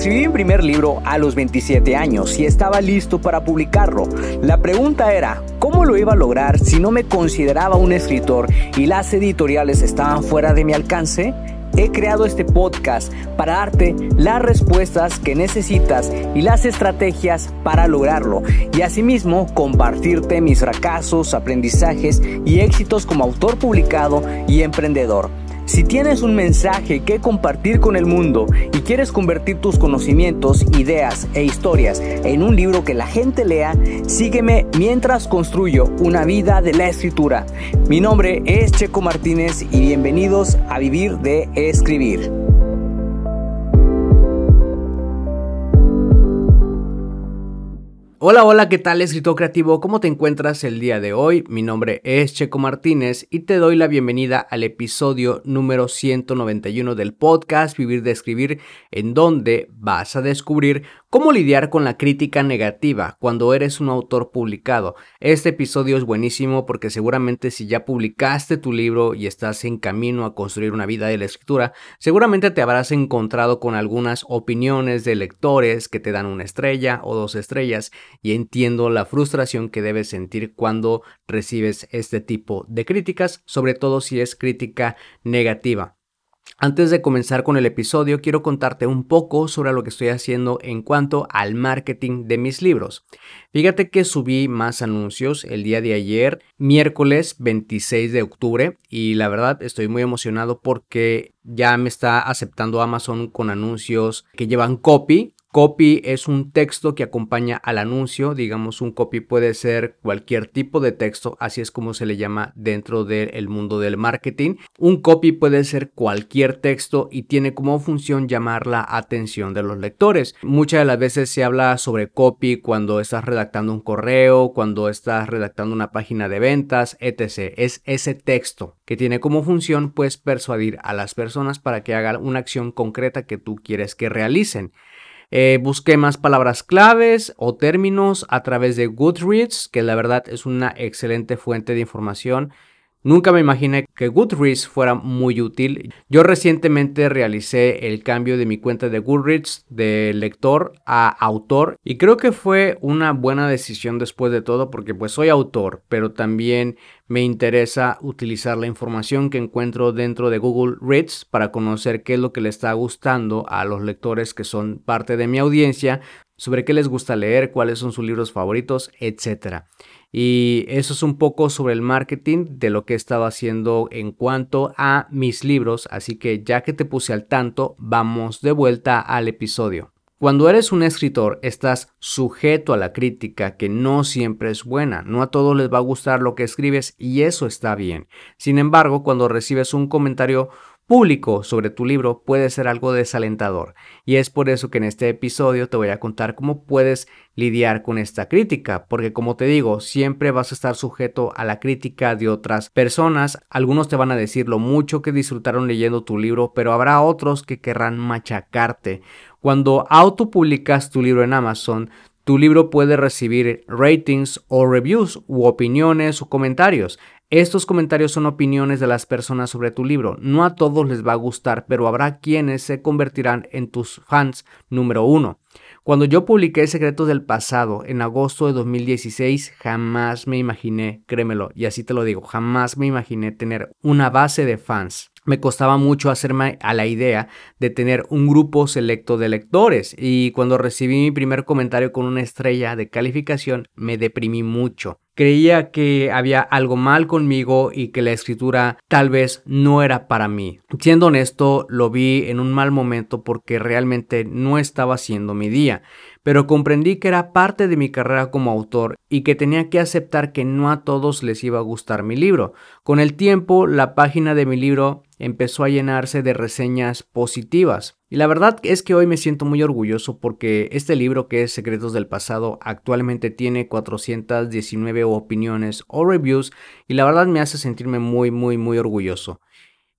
Escribí mi primer libro a los 27 años y estaba listo para publicarlo. La pregunta era, ¿cómo lo iba a lograr si no me consideraba un escritor y las editoriales estaban fuera de mi alcance? He creado este podcast para darte las respuestas que necesitas y las estrategias para lograrlo, y asimismo compartirte mis fracasos, aprendizajes y éxitos como autor publicado y emprendedor. Si tienes un mensaje que compartir con el mundo y quieres convertir tus conocimientos, ideas e historias en un libro que la gente lea, sígueme mientras construyo una vida de la escritura. Mi nombre es Checo Martínez y bienvenidos a Vivir de Escribir. Hola, ¿qué tal, escritor creativo? ¿Cómo te encuentras el día de hoy? Mi nombre es Checo Martínez y te doy la bienvenida al episodio número 191 del podcast Vivir de Escribir, en donde vas a descubrir cómo lidiar con la crítica negativa cuando eres un autor publicado. Este episodio es buenísimo porque seguramente si ya publicaste tu libro y estás en camino a construir una vida de la escritura, seguramente te habrás encontrado con algunas opiniones de lectores que te dan 1 estrella o 2 estrellas. Y entiendo la frustración que debes sentir cuando recibes este tipo de críticas, sobre todo si es crítica negativa. Antes de comenzar con el episodio, quiero contarte un poco sobre lo que estoy haciendo en cuanto al marketing de mis libros. Fíjate que subí más anuncios el día de ayer, miércoles 26 de octubre, y la verdad estoy muy emocionado porque ya me está aceptando Amazon con anuncios que llevan copy. Copy es un texto que acompaña al anuncio. Digamos, un copy puede ser cualquier tipo de texto, así es como se le llama dentro del mundo del marketing. Un copy puede ser cualquier texto y tiene como función llamar la atención de los lectores. Muchas de las veces se habla sobre copy cuando estás redactando un correo, cuando estás redactando una página de ventas, etc. Es ese texto que tiene como función, pues, persuadir a las personas para que hagan una acción concreta que tú quieres que realicen. Busqué más palabras claves o términos a través de Goodreads, que la verdad es una excelente fuente de información. Nunca me imaginé que Goodreads fuera muy útil. Yo recientemente realicé el cambio de mi cuenta de Goodreads de lector a autor y creo que fue una buena decisión después de todo porque pues soy autor, pero también me interesa utilizar la información que encuentro dentro de Google Reads para conocer qué es lo que le está gustando a los lectores que son parte de mi audiencia, sobre qué les gusta leer, cuáles son sus libros favoritos, etc. Y eso es un poco sobre el marketing de lo que he estado haciendo en cuanto a mis libros, así que ya que te puse al tanto, vamos de vuelta al episodio. Cuando eres un escritor, estás sujeto a la crítica, que no siempre es buena. No a todos les va a gustar lo que escribes y eso está bien. Sin embargo, cuando recibes un comentario público sobre tu libro, puede ser algo desalentador. Y es por eso que en este episodio te voy a contar cómo puedes lidiar con esta crítica, porque como te digo, siempre vas a estar sujeto a la crítica de otras personas. Algunos te van a decir lo mucho que disfrutaron leyendo tu libro, pero habrá otros que querrán machacarte. Cuando autopublicas tu libro en Amazon, tu libro puede recibir ratings o reviews u opiniones o comentarios. Estos comentarios son opiniones de las personas sobre tu libro. No a todos les va a gustar, pero habrá quienes se convertirán en tus fans número 1. Cuando yo publiqué Secretos del Pasado en agosto de 2016, jamás me imaginé, créemelo, y así te lo digo, jamás me imaginé tener una base de fans. Me costaba mucho hacerme a la idea de tener un grupo selecto de lectores y cuando recibí mi primer comentario con 1 estrella de calificación me deprimí mucho. Creía que había algo mal conmigo y que la escritura tal vez no era para mí. Siendo honesto, lo vi en un mal momento porque realmente no estaba siendo mi día. Pero comprendí que era parte de mi carrera como autor y que tenía que aceptar que no a todos les iba a gustar mi libro. Con el tiempo, la página de mi libro empezó a llenarse de reseñas positivas. Y la verdad es que hoy me siento muy orgulloso porque este libro, que es Secretos del Pasado, actualmente tiene 419 opiniones o reviews y la verdad me hace sentirme muy orgulloso.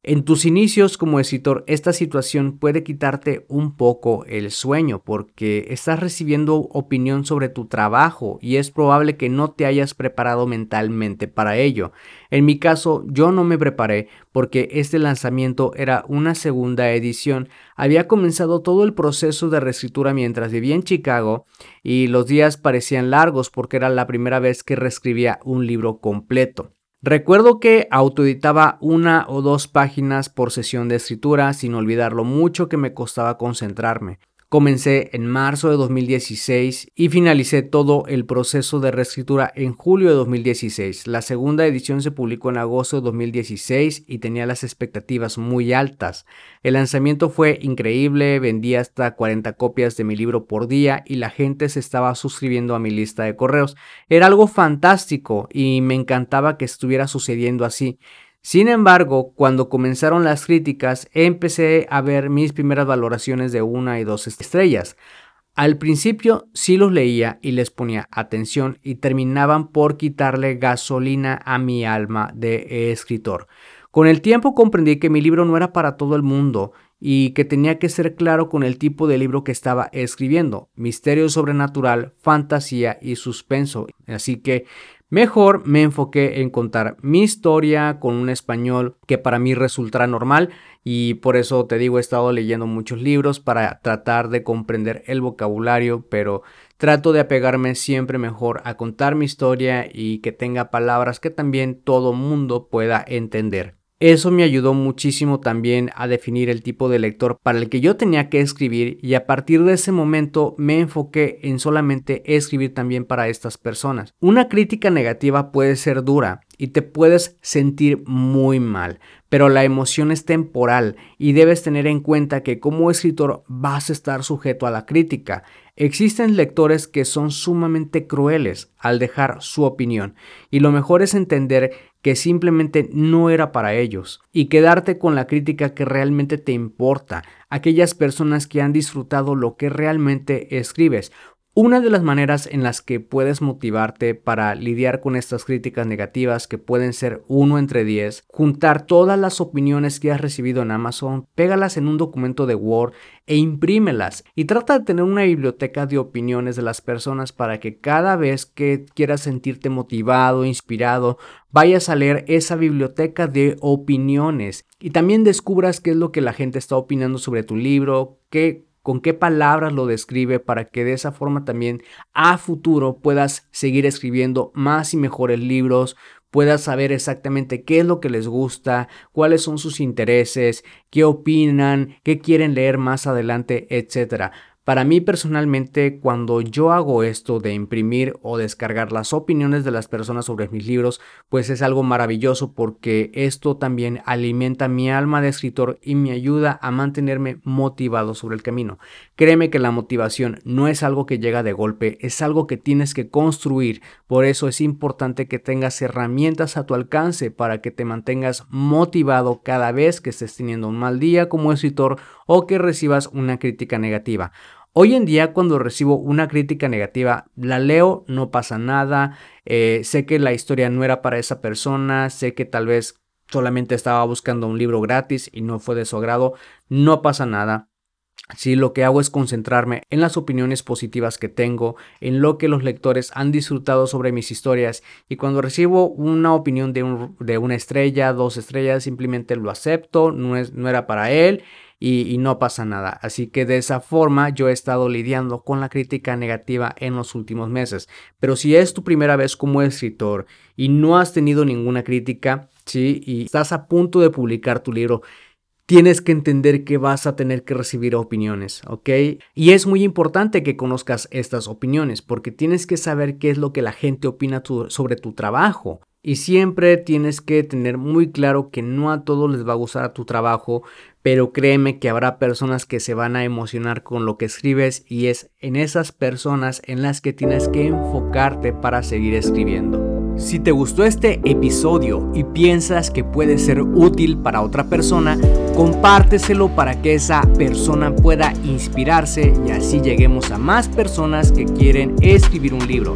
En tus inicios como escritor, esta situación puede quitarte un poco el sueño porque estás recibiendo opinión sobre tu trabajo y es probable que no te hayas preparado mentalmente para ello. En mi caso, yo no me preparé porque este lanzamiento era una segunda edición. Había comenzado todo el proceso de reescritura mientras vivía en Chicago y los días parecían largos porque era la primera vez que reescribía un libro completo. Recuerdo que autoeditaba 1 o 2 páginas por sesión de escritura sin olvidar lo mucho que me costaba concentrarme. Comencé en marzo de 2016 y finalicé todo el proceso de reescritura en julio de 2016. La segunda edición se publicó en agosto de 2016 y tenía las expectativas muy altas. El lanzamiento fue increíble, vendí hasta 40 copias de mi libro por día y la gente se estaba suscribiendo a mi lista de correos. Era algo fantástico y me encantaba que estuviera sucediendo así. Sin embargo, cuando comenzaron las críticas, empecé a ver mis primeras valoraciones de 1 y 2 estrellas. Al principio sí los leía y les ponía atención y terminaban por quitarle gasolina a mi alma de escritor. Con el tiempo comprendí que mi libro no era para todo el mundo y que tenía que ser claro con el tipo de libro que estaba escribiendo: misterio sobrenatural, fantasía y suspenso. Así que mejor me enfoqué en contar mi historia con un español que para mí resultará normal y por eso te digo, he estado leyendo muchos libros para tratar de comprender el vocabulario, pero trato de apegarme siempre mejor a contar mi historia y que tenga palabras que también todo mundo pueda entender. Eso me ayudó muchísimo también a definir el tipo de lector para el que yo tenía que escribir y a partir de ese momento me enfoqué en solamente escribir también para estas personas. Una crítica negativa puede ser dura y te puedes sentir muy mal, pero la emoción es temporal y debes tener en cuenta que como escritor vas a estar sujeto a la crítica. Existen lectores que son sumamente crueles al dejar su opinión y lo mejor es entender que simplemente no era para ellos y quedarte con la crítica que realmente te importa, aquellas personas que han disfrutado lo que realmente escribes. Una de las maneras en las que puedes motivarte para lidiar con estas críticas negativas, que pueden ser 1 entre 10, juntar todas las opiniones que has recibido en Amazon, pégalas en un documento de Word e imprímelas y trata de tener una biblioteca de opiniones de las personas para que cada vez que quieras sentirte motivado, inspirado, vayas a leer esa biblioteca de opiniones y también descubras qué es lo que la gente está opinando sobre tu libro, con qué palabras lo describe para que de esa forma también a futuro puedas seguir escribiendo más y mejores libros, puedas saber exactamente qué es lo que les gusta, cuáles son sus intereses, qué opinan, qué quieren leer más adelante, etcétera. Para mí personalmente, cuando yo hago esto de imprimir o descargar las opiniones de las personas sobre mis libros, pues es algo maravilloso porque esto también alimenta mi alma de escritor y me ayuda a mantenerme motivado sobre el camino. Créeme que la motivación no es algo que llega de golpe, es algo que tienes que construir. Por eso es importante que tengas herramientas a tu alcance para que te mantengas motivado cada vez que estés teniendo un mal día como escritor o que recibas una crítica negativa. Hoy en día, cuando recibo una crítica negativa, la leo, no pasa nada, sé que la historia no era para esa persona, sé que tal vez solamente estaba buscando un libro gratis y no fue de su agrado, no pasa nada. Sí, lo que hago es concentrarme en las opiniones positivas que tengo, en lo que los lectores han disfrutado sobre mis historias y cuando recibo una opinión de 1 estrella, 2 estrellas, simplemente lo acepto, no era para él y no pasa nada. Así que de esa forma yo he estado lidiando con la crítica negativa en los últimos meses. Pero si es tu primera vez como escritor y no has tenido ninguna crítica, ¿sí? Y estás a punto de publicar tu libro, tienes que entender que vas a tener que recibir opiniones, ¿ok? Y es muy importante que conozcas estas opiniones porque tienes que saber qué es lo que la gente opina sobre tu trabajo. Y siempre tienes que tener muy claro que no a todos les va a gustar tu trabajo, pero créeme que habrá personas que se van a emocionar con lo que escribes y es en esas personas en las que tienes que enfocarte para seguir escribiendo. Si te gustó este episodio y piensas que puede ser útil para otra persona, compárteselo para que esa persona pueda inspirarse y así lleguemos a más personas que quieren escribir un libro.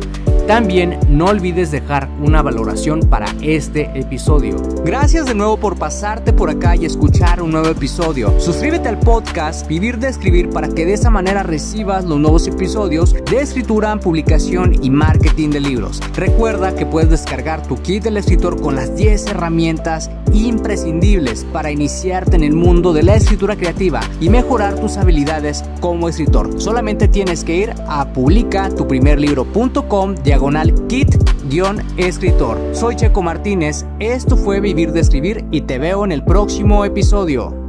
También no olvides dejar una valoración para este episodio. Gracias de nuevo por pasarte por acá y escuchar un nuevo episodio. Suscríbete al podcast Vivir de Escribir para que de esa manera recibas los nuevos episodios de escritura, publicación y marketing de libros. Recuerda que puedes descargar tu kit del escritor con las 10 herramientas imprescindibles para iniciarte en el mundo de la escritura creativa y mejorar tus habilidades como escritor. Solamente tienes que ir a publicatuprimerlibro.com/kit-escritor. Soy Checo Martínez, esto fue Vivir de Escribir y te veo en el próximo episodio.